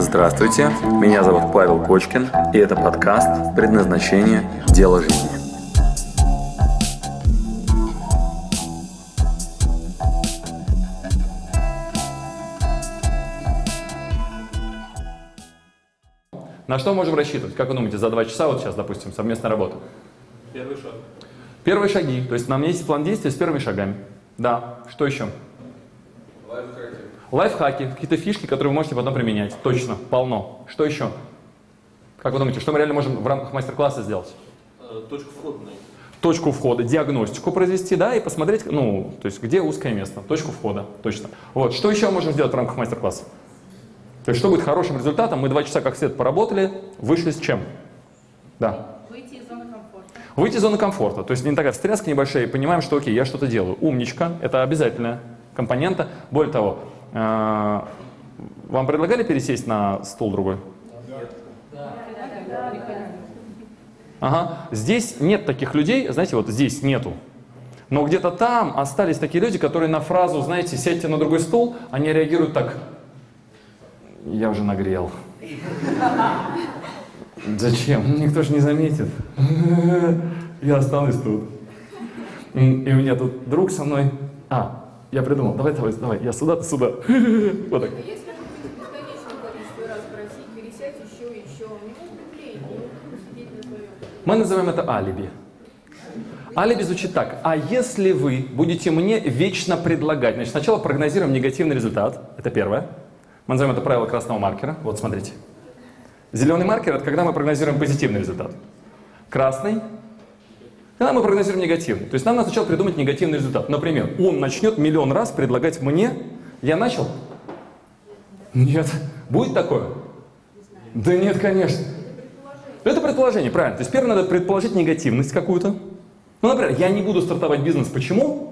Здравствуйте, меня зовут Павел Кочкин, и это подкаст «Предназначение. Дело жизни». На что можем рассчитывать? Как вы думаете, за 2 часа, вот сейчас, допустим, совместная работа? Первый шаг. Первые шаги. То есть нам есть план действий с первыми шагами. Да. Что еще? Лайфхаки. Лайфхаки. Какие-то фишки, которые вы можете потом применять. Точно. Полно. Что еще? Как вы думаете, что мы реально можем в рамках мастер-класса сделать? Точку входа найти. Точку входа, диагностику произвести, да, и посмотреть, то есть где узкое место. Точку входа. Точно. Вот. Что еще можем сделать в рамках мастер-класса? То есть что будет хорошим результатом? Мы 2 часа как след поработали, вышли с чем? Да. Выйти из зоны комфорта. Выйти из зоны комфорта. То есть не такая встряска небольшая, и понимаем, что окей, я что-то делаю. Умничка, это обязательная компонента. Более того, вам предлагали пересесть на стул другой? Ага. Здесь нет таких людей, знаете, вот здесь нету. Но где-то там остались такие люди, которые на фразу, знаете, сядьте на другой стул, они реагируют так. Я уже нагрел. Зачем? Никто же не заметит. Я останусь тут. И у меня тут друг со мной. Я придумал. Давай, я сюда, ты сюда. Вот так. Если вы будете бесконечное количество раз просить, пересядь еще, не могут лень, не могут сидеть на своем. Мы называем это алиби. Алиби звучит так. А если вы будете мне вечно предлагать? Значит, сначала прогнозируем негативный результат. Это первое. Мы называем это правило красного маркера. Вот, смотрите. Зеленый маркер – это когда мы прогнозируем позитивный результат. Красный – когда мы прогнозируем негативный. То есть нам надо сначала придумать негативный результат. Например, он начнет миллион раз предлагать мне. Я начал? Нет. Будет такое? Да нет, конечно. Это предположение, правильно. То есть первое надо предположить негативность какую-то. Например, я не буду стартовать бизнес. Почему?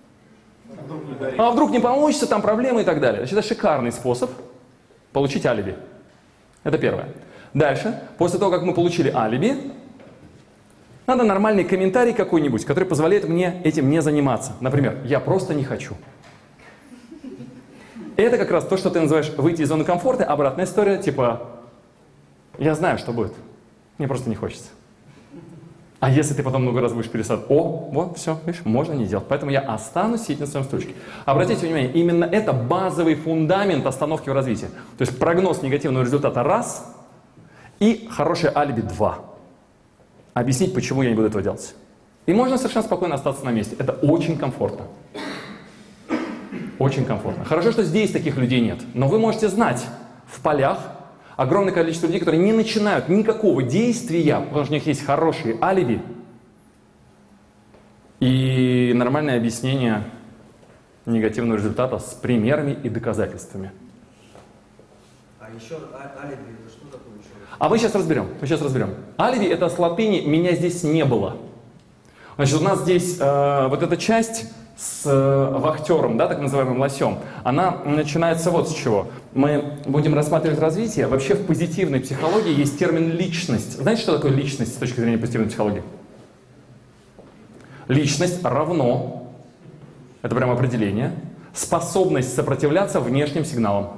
А вдруг не получится, там проблемы и так далее. Значит, это шикарный способ получить алиби. Это первое. Дальше, после того, как мы получили алиби, надо нормальный комментарий какой-нибудь, который позволяет мне этим не заниматься. Например, я просто не хочу. Это как раз то, что ты называешь выйти из зоны комфорта. Обратная история, типа, я знаю, что будет, мне просто не хочется. А если ты потом много раз будешь пересадать, вот, все, видишь, можно не делать. Поэтому я останусь сидеть на своем стульчике. Обратите внимание, именно это базовый фундамент остановки в развитии. То есть прогноз негативного результата раз и хорошее алиби 2. Объяснить, почему я не буду этого делать. И можно совершенно спокойно остаться на месте. Это очень комфортно. Очень комфортно. Хорошо, что здесь таких людей нет. Но вы можете знать, в полях огромное количество людей, которые не начинают никакого действия, потому что у них есть хорошие алиби и нормальное объяснение негативного результата с примерами и доказательствами. А еще алиби, это что такое еще? А мы сейчас разберем. Алиби – это слабение «меня здесь не было». Значит, у нас здесь вот эта часть с вахтером, да, так называемым лосем, она начинается вот с чего. Мы будем рассматривать развитие. Вообще в позитивной психологии есть термин «личность». Знаете, что такое личность с точки зрения позитивной психологии? Личность равно, это прям определение, способность сопротивляться внешним сигналам.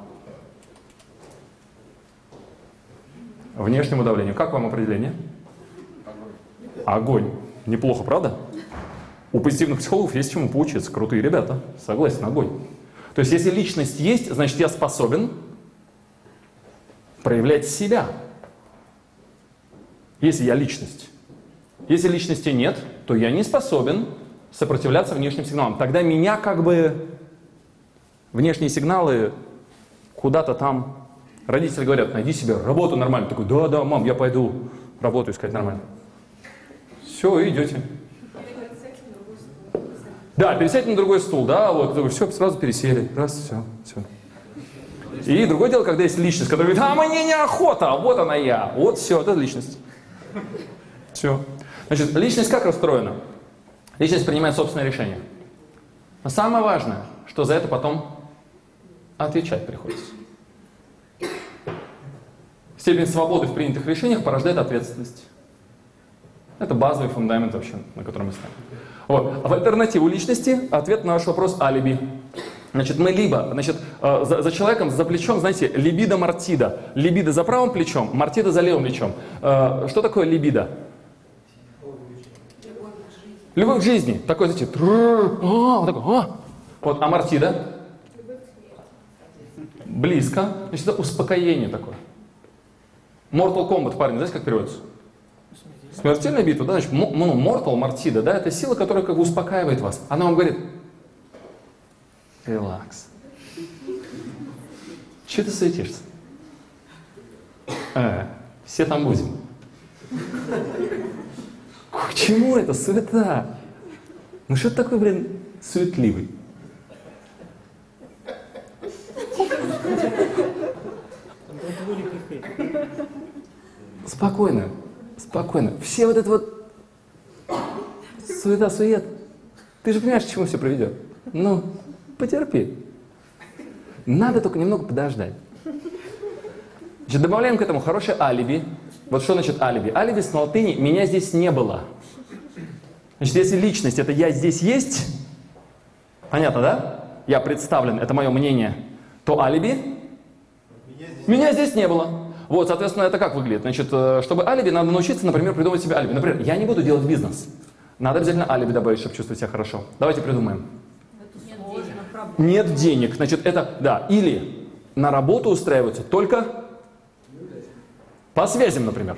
Внешнему давлению. Как вам определение? Огонь. Неплохо, правда? У позитивных психологов есть чему поучиться. Крутые ребята. Согласен, огонь. То есть, если личность есть, значит, я способен проявлять себя. Если я личность. Если личности нет, то я не способен сопротивляться внешним сигналам. Тогда меня как бы внешние сигналы куда-то там... Родители говорят, найди себе работу нормальную. Такой, да, мам, я пойду работу искать нормально. Все, идете. Да, пересядьте на другой стул, да, вот, все, сразу пересели, раз, все. И другое дело, когда есть личность, которая говорит, мне неохота, а вот она я, вот все, это личность. Все. Значит, личность как расстроена? Личность принимает собственное решение. Но самое важное, что за это потом отвечать приходится. Степень свободы в принятых решениях порождает ответственность. Это базовый фундамент вообще, на котором мы ставим. Вот. А в альтернативу личности ответ на ваш вопрос – алиби. Значит, мы либо, значит, за человеком, за плечом, знаете, либидо, мартидо. Либидо за правым плечом, мартидо за левым плечом. Что такое либидо? Любовь к жизни. Такой, знаете, вот такой, вот, а мартидо? Близко. Значит, это успокоение такое. Mortal Kombat, парни, знаете, как переводится? Смертельная битва, да? Значит, Mortal, мартидо, да, это сила, которая как бы успокаивает вас. Она вам говорит: релакс. Чего ты суетишься? Все там будем. К чему это суета? Ну что ты такой, блин, суетливый? Спокойно, спокойно. Все вот это вот суета-сует. Ты же понимаешь, к чему все приведет. Ну, потерпи. Надо только немного подождать. Значит, добавляем к этому хорошее алиби. Вот что значит алиби? Алиби с латыни «меня здесь не было». Значит, если личность — это «я здесь есть», понятно, да? Я представлен, это мое мнение, то алиби «меня здесь не было». Вот, соответственно, это как выглядит? Значит, чтобы алиби, надо научиться, например, придумать себе алиби. Например, я не буду делать бизнес. Надо обязательно алиби добавить, чтобы чувствовать себя хорошо. Давайте придумаем. Нет денег. Значит, это, да, или на работу устраиваются только по связям, например.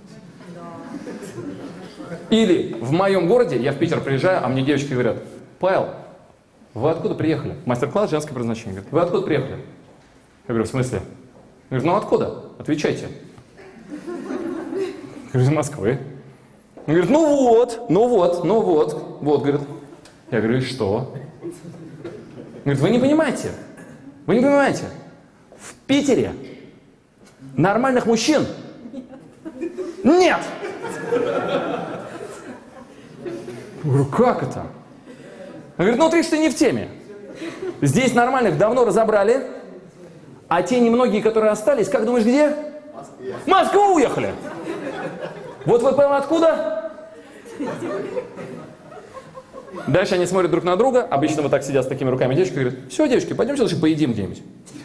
Или в моем городе, я в Питер приезжаю, а мне девочки говорят: Павел, вы откуда приехали? Мастер-класс «Женское предназначение». Говорят: вы откуда приехали? Я говорю: в смысле? Я говорю: ну откуда? Отвечайте. Я говорю: из Москвы. Он говорит: ну вот, говорит. Я говорю: и что? Он говорит: вы не понимаете. В Питере нормальных мужчин нет. Я говорю: как это? Он говорит: ну ты не в теме. Здесь нормальных давно разобрали, а те немногие, которые остались, как думаешь, где? В Москву уехали. Вот вы поняли, откуда? Дальше они смотрят друг на друга. Обычно вот так сидят с такими руками девочки и говорят: все, девочки, пойдемте лучше поедим где-нибудь.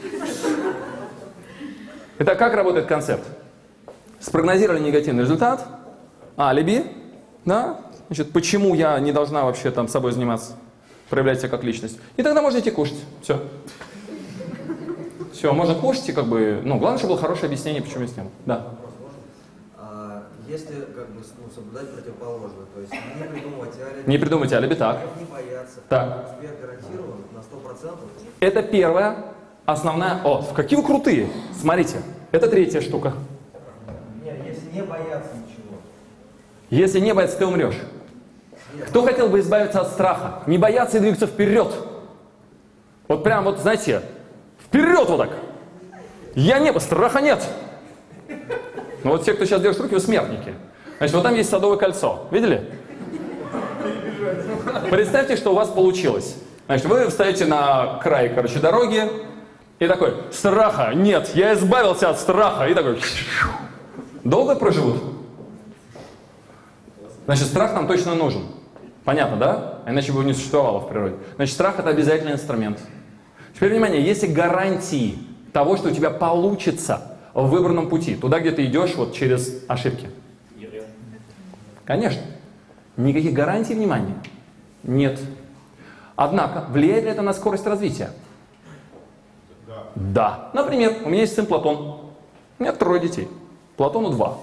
Итак, как работает концепт? Спрогнозировали негативный результат, алиби, да? Значит, почему я не должна вообще там собой заниматься, проявлять себя как личность. И тогда можно идти кушать. Все. Все, можно кушать, и как бы, ну, главное, чтобы было хорошее объяснение, почему я с ним. Да. Если как бы соблюдать противоположное, то есть не придумывать алиби. Не придумывать алиби, так. Не бояться. Так. Успех гарантирован на 100%. Это первая, основная... О, какие вы крутые! Смотрите, это третья штука. Нет, если не бояться ничего. Если не бояться, ты умрешь. Нет. Кто хотел бы избавиться от страха? Не бояться и двигаться вперед. Вот прям вот, знаете, вперед вот так. Страха нет. Ну вот те, кто сейчас держит руки, вы смертники. Значит, вот там есть Садовое кольцо. Видели? Представьте, что у вас получилось. Значит, вы встаете на край, дороги, и такой: страха нет, я избавился от страха. И такой: долго проживут? Значит, страх нам точно нужен. Понятно, да? Иначе бы его не существовало в природе. Значит, страх — это обязательный инструмент. Теперь, внимание, есть гарантии того, что у тебя получится в выбранном пути, туда, где ты идешь вот через ошибки. Конечно. Никаких гарантий, внимания, нет. Однако, влияет ли это на скорость развития? Да. Например, у меня есть сын Платон. У меня 3 детей. Платону 2.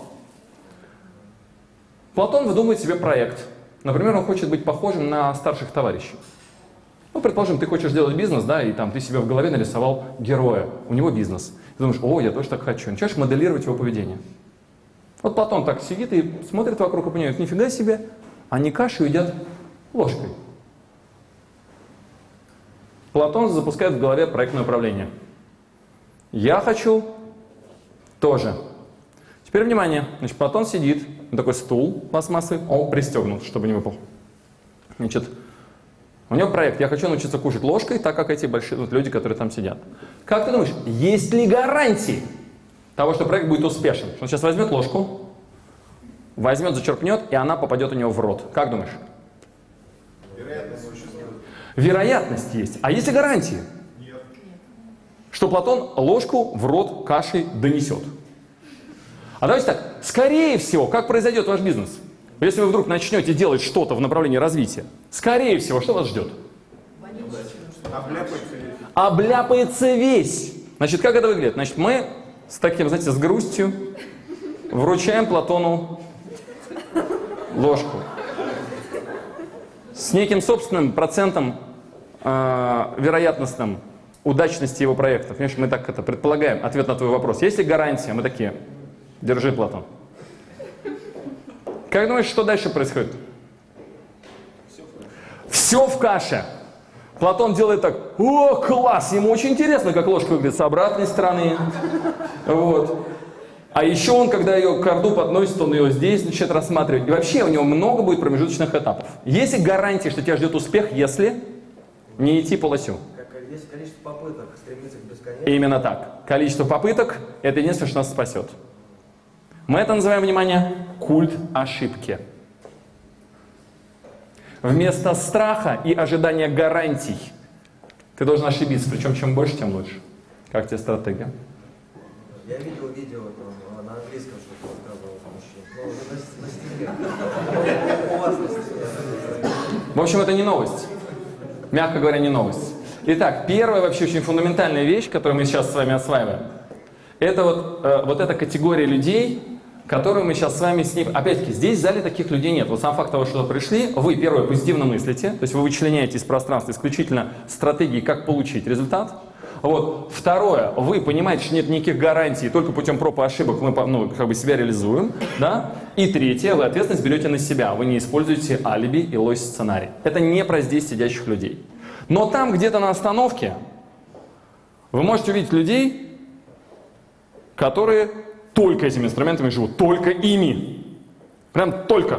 Платон выдумывает себе проект. Например, он хочет быть похожим на старших товарищей. Ну, предположим, ты хочешь делать бизнес, да, и там ты себе в голове нарисовал героя, у него бизнес. Ты думаешь: о, я тоже так хочу. Начинаешь моделировать его поведение. Вот Платон так сидит и смотрит вокруг и понимает: нифига себе, они кашу едят ложкой. Платон запускает в голове проектное управление. Я хочу тоже. Теперь внимание. Значит, Платон сидит, такой стул пластмассовый, он пристегнут, чтобы не выпал. Значит, у него проект: я хочу научиться кушать ложкой, так как эти большие люди, которые там сидят. Как ты думаешь, есть ли гарантии того, что проект будет успешен? Он сейчас возьмет ложку, возьмет, зачерпнет, и она попадет у него в рот. Как думаешь? Вероятность есть. А есть ли гарантии? Нет. Что Платон ложку в рот каши донесет? А давайте так. Скорее всего, как произойдет ваш бизнес? Если вы вдруг начнете делать что-то в направлении развития, скорее всего, что вас ждет? Обляпается весь. Значит, как это выглядит? Значит, мы с таким, знаете, с грустью вручаем Платону ложку. С неким собственным процентом вероятностным удачности его проектов. Понимаешь, мы так это предполагаем. Ответ на твой вопрос. Есть ли гарантия? Мы такие, держи, Платон. Как думаешь, что дальше происходит? Все в каше. Платон делает так, о, класс, ему очень интересно, как ложка выглядит с обратной стороны. Вот. А еще он, когда ее к рту подносит, он ее здесь начинает рассматривать. И вообще у него много будет промежуточных этапов. Есть ли гарантия, что тебя ждет успех, если не идти полосью? Есть количество попыток стремиться к бесконечности. Именно так. Количество попыток – это единственное, что нас спасет. Мы это называем, внимание, культ ошибки. Вместо страха и ожидания гарантий ты должен ошибиться. Причем чем больше, тем лучше. Как тебе стратегия? Я видел видео там, на английском, что рассказывал мужчина. У вас на стене. В общем, это не новость. Мягко говоря, не новость. Итак, первая вообще очень фундаментальная вещь, которую мы сейчас с вами осваиваем, это вот эта категория людей, которую мы сейчас с вами с ним... Опять-таки, здесь в зале таких людей нет. Вот сам факт того, что вы пришли, вы, первое, позитивно мыслите, то есть вы вычленяете из пространства исключительно стратегии, как получить результат. Вот. Второе, вы понимаете, что нет никаких гарантий, только путем проб и ошибок мы как бы себя реализуем. Да? И третье, вы ответственность берете на себя, вы не используете алиби и лось-сценарий. Это не про здесь сидящих людей. Но там где-то на остановке вы можете увидеть людей, которые только этими инструментами живут, только ими. Прям только.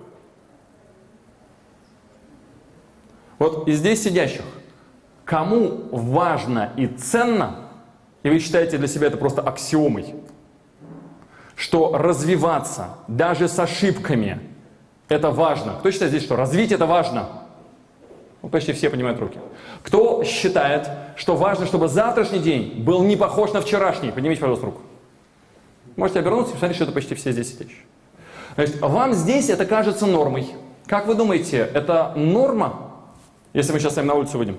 Вот из здесь сидящих, кому важно и ценно, и вы считаете для себя это просто аксиомой, что развиваться даже с ошибками это важно. Кто считает здесь, что развить это важно? Ну, почти все поднимают руки. Кто считает, что важно, чтобы завтрашний день был не похож на вчерашний? Поднимите, пожалуйста, руку. Можете обернуться и посмотреть, что это почти все здесь сидящие. Значит, вам здесь это кажется нормой. Как вы думаете, это норма, если мы сейчас с вами на улицу выйдем?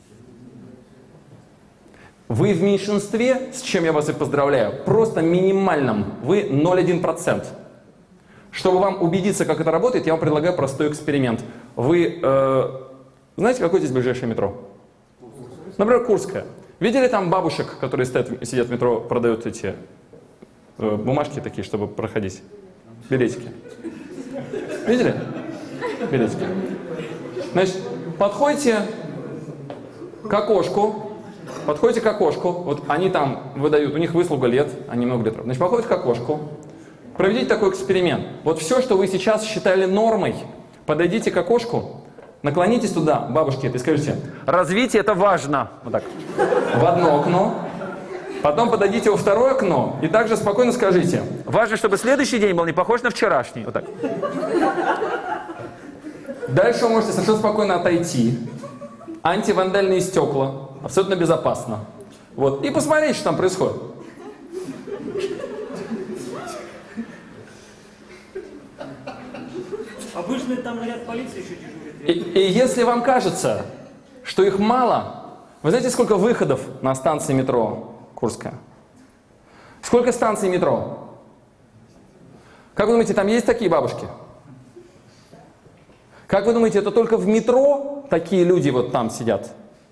Вы в меньшинстве, с чем я вас и поздравляю, просто минимальном. Вы 0,1%. Чтобы вам убедиться, как это работает, я вам предлагаю простой эксперимент. Вы знаете, какое здесь ближайшее метро? Например, Курское. Видели там бабушек, которые сидят в метро, продают эти бумажки такие, чтобы проходить? Билетики. Видели? Билетики. Значит, подходите к окошку. Подходите к окошку. Вот они там выдают, у них выслуга лет, они много лет. Значит, подходите к окошку. Проведите такой эксперимент. Вот все, что вы сейчас считали нормой, подойдите к окошку, наклонитесь туда, бабушки, и скажите: развитие это важно. Вот так. В одно окно. Потом подойдите во второе окно и также спокойно скажите: важно, чтобы следующий день был не похож на вчерашний. Вот так. Дальше вы можете совершенно спокойно отойти. Антивандальные стекла. Абсолютно безопасно. Вот. И посмотрите, что там происходит. Обычно там ряд полиции еще дежурит. И если вам кажется, что их мало, вы знаете, сколько выходов на станции метро Курская? Сколько станций метро? Как вы думаете, там есть такие бабушки? Как вы думаете, это только в метро такие люди вот там сидят?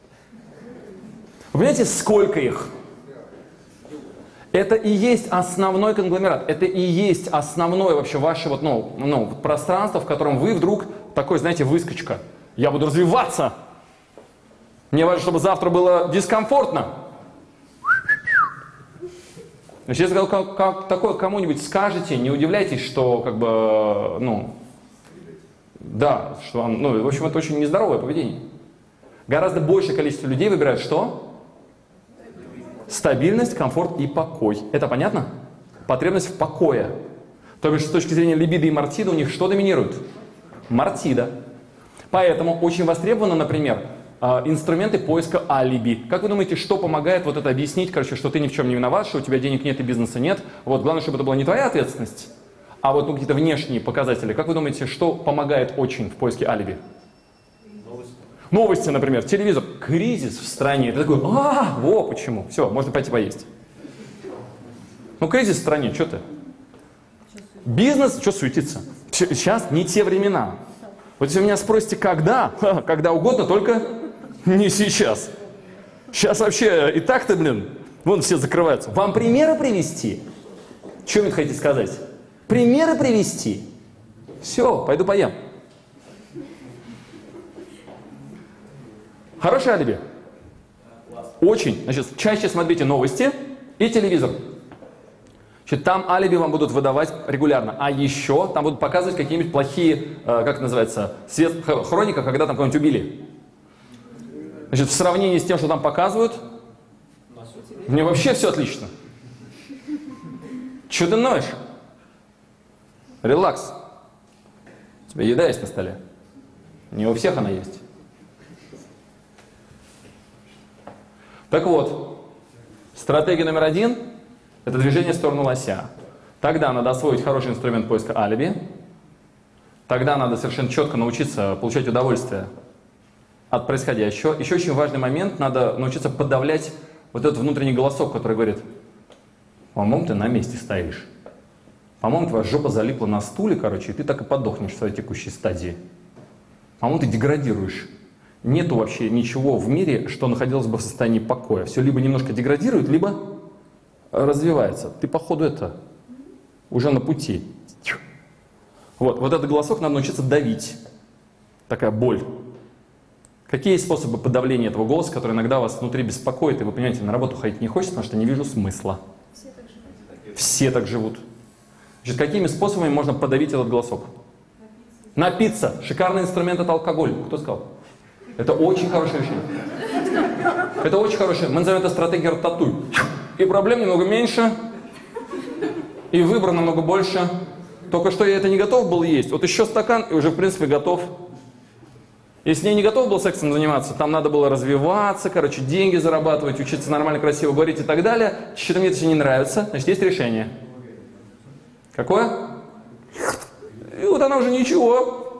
Вы понимаете, сколько их? Это и есть основной конгломерат, это и есть основное вообще ваше вот, пространство, в котором вы вдруг такой, знаете, выскочка. Я буду развиваться. Мне важно, чтобы завтра было дискомфортно. Значит, если как такое кому-нибудь скажете, не удивляйтесь, что как бы, да, что вам, в общем, это очень нездоровое поведение. Гораздо большее количество людей выбирают что? Стабильность, комфорт и покой. Это понятно? Потребность в покое. То есть, с точки зрения либидо и мартида, у них что доминирует? Мартида. Поэтому очень востребовано, например, инструменты поиска алиби. Как вы думаете, что помогает вот это объяснить, короче, что ты ни в чем не виноват, что у тебя денег нет и бизнеса нет? Вот, главное, чтобы это была не твоя ответственность, а вот какие-то внешние показатели. Как вы думаете, что помогает очень в поиске алиби? Новости, например, телевизор. Кризис в стране. Ты такой, во почему. Все, можно пойти поесть. Ну, кризис в стране, что ты? Бизнес, что суетиться? Сейчас не те времена. Вот если вы меня спросите, когда? Когда угодно, только не сейчас. Сейчас вообще и так-то, вон все закрываются. Вам примеры привести? Что мне хотите сказать? Примеры привести? Все, пойду поем. Хорошее алиби? Очень. Значит, чаще смотрите новости и телевизор. Значит, там алиби вам будут выдавать регулярно. А еще там будут показывать какие-нибудь плохие, как это называется, хроника, когда там кого-нибудь убили. Значит, в сравнении с тем, что там показывают, мне вообще все отлично. Чего ты ноешь? Релакс. У тебя еда есть на столе. Не у всех она есть. Так вот, стратегия номер 1 – это движение в сторону лося. Тогда надо освоить хороший инструмент поиска алиби. Тогда надо совершенно четко научиться получать удовольствие от происходящего. Еще очень важный момент – надо научиться подавлять вот этот внутренний голосок, который говорит: по-моему, ты на месте стоишь. По-моему, твоя жопа залипла на стуле, короче, и ты так и подохнешь в своей текущей стадии. По-моему, ты деградируешь. Нету вообще ничего в мире, что находилось бы в состоянии покоя. Все либо немножко деградирует, либо развивается. Ты, походу, это уже на пути. Вот этот голосок надо научиться давить. Такая боль. Какие есть способы подавления этого голоса, который иногда вас внутри беспокоит, и вы понимаете, на работу ходить не хочется, потому что не вижу смысла. Все так живут. Значит, какими способами можно подавить этот голосок? Напиться. Шикарный инструмент — это алкоголь. Кто сказал? Это очень хорошее решение. Это очень хорошее. Мы назовем это стратегией рататуй. И проблем немного меньше, и выбора намного больше. Только что я это не готов был есть. Вот еще стакан, и уже в принципе готов. Если я не готов был сексом заниматься, там надо было развиваться, короче, деньги зарабатывать, учиться нормально, красиво говорить и так далее. Что-то мне это все не нравится. Значит, есть решение. Какое? И вот она уже ничего.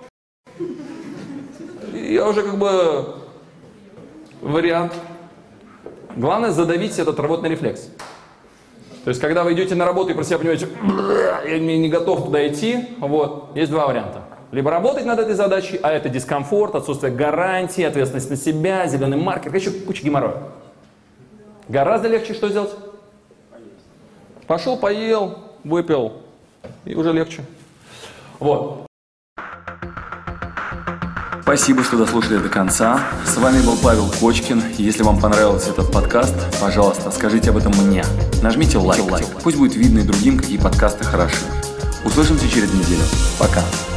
Я уже как бы вариант. Главное задавить этот рвотный рефлекс. То есть, когда вы идете на работу и про себя понимаете, я не готов туда идти, вот, есть два варианта. Либо работать над этой задачей, а это дискомфорт, отсутствие гарантии, ответственность на себя, зеленый маркер, еще куча геморроя. Гораздо легче что сделать? Пошел, поел, выпил, и уже легче. Вот. Спасибо, что дослушали до конца. С вами был Павел Кочкин. Если вам понравился этот подкаст, пожалуйста, скажите об этом мне. Нажмите лайк. Пусть будет видно и другим, какие подкасты хороши. Услышимся через неделю. Пока.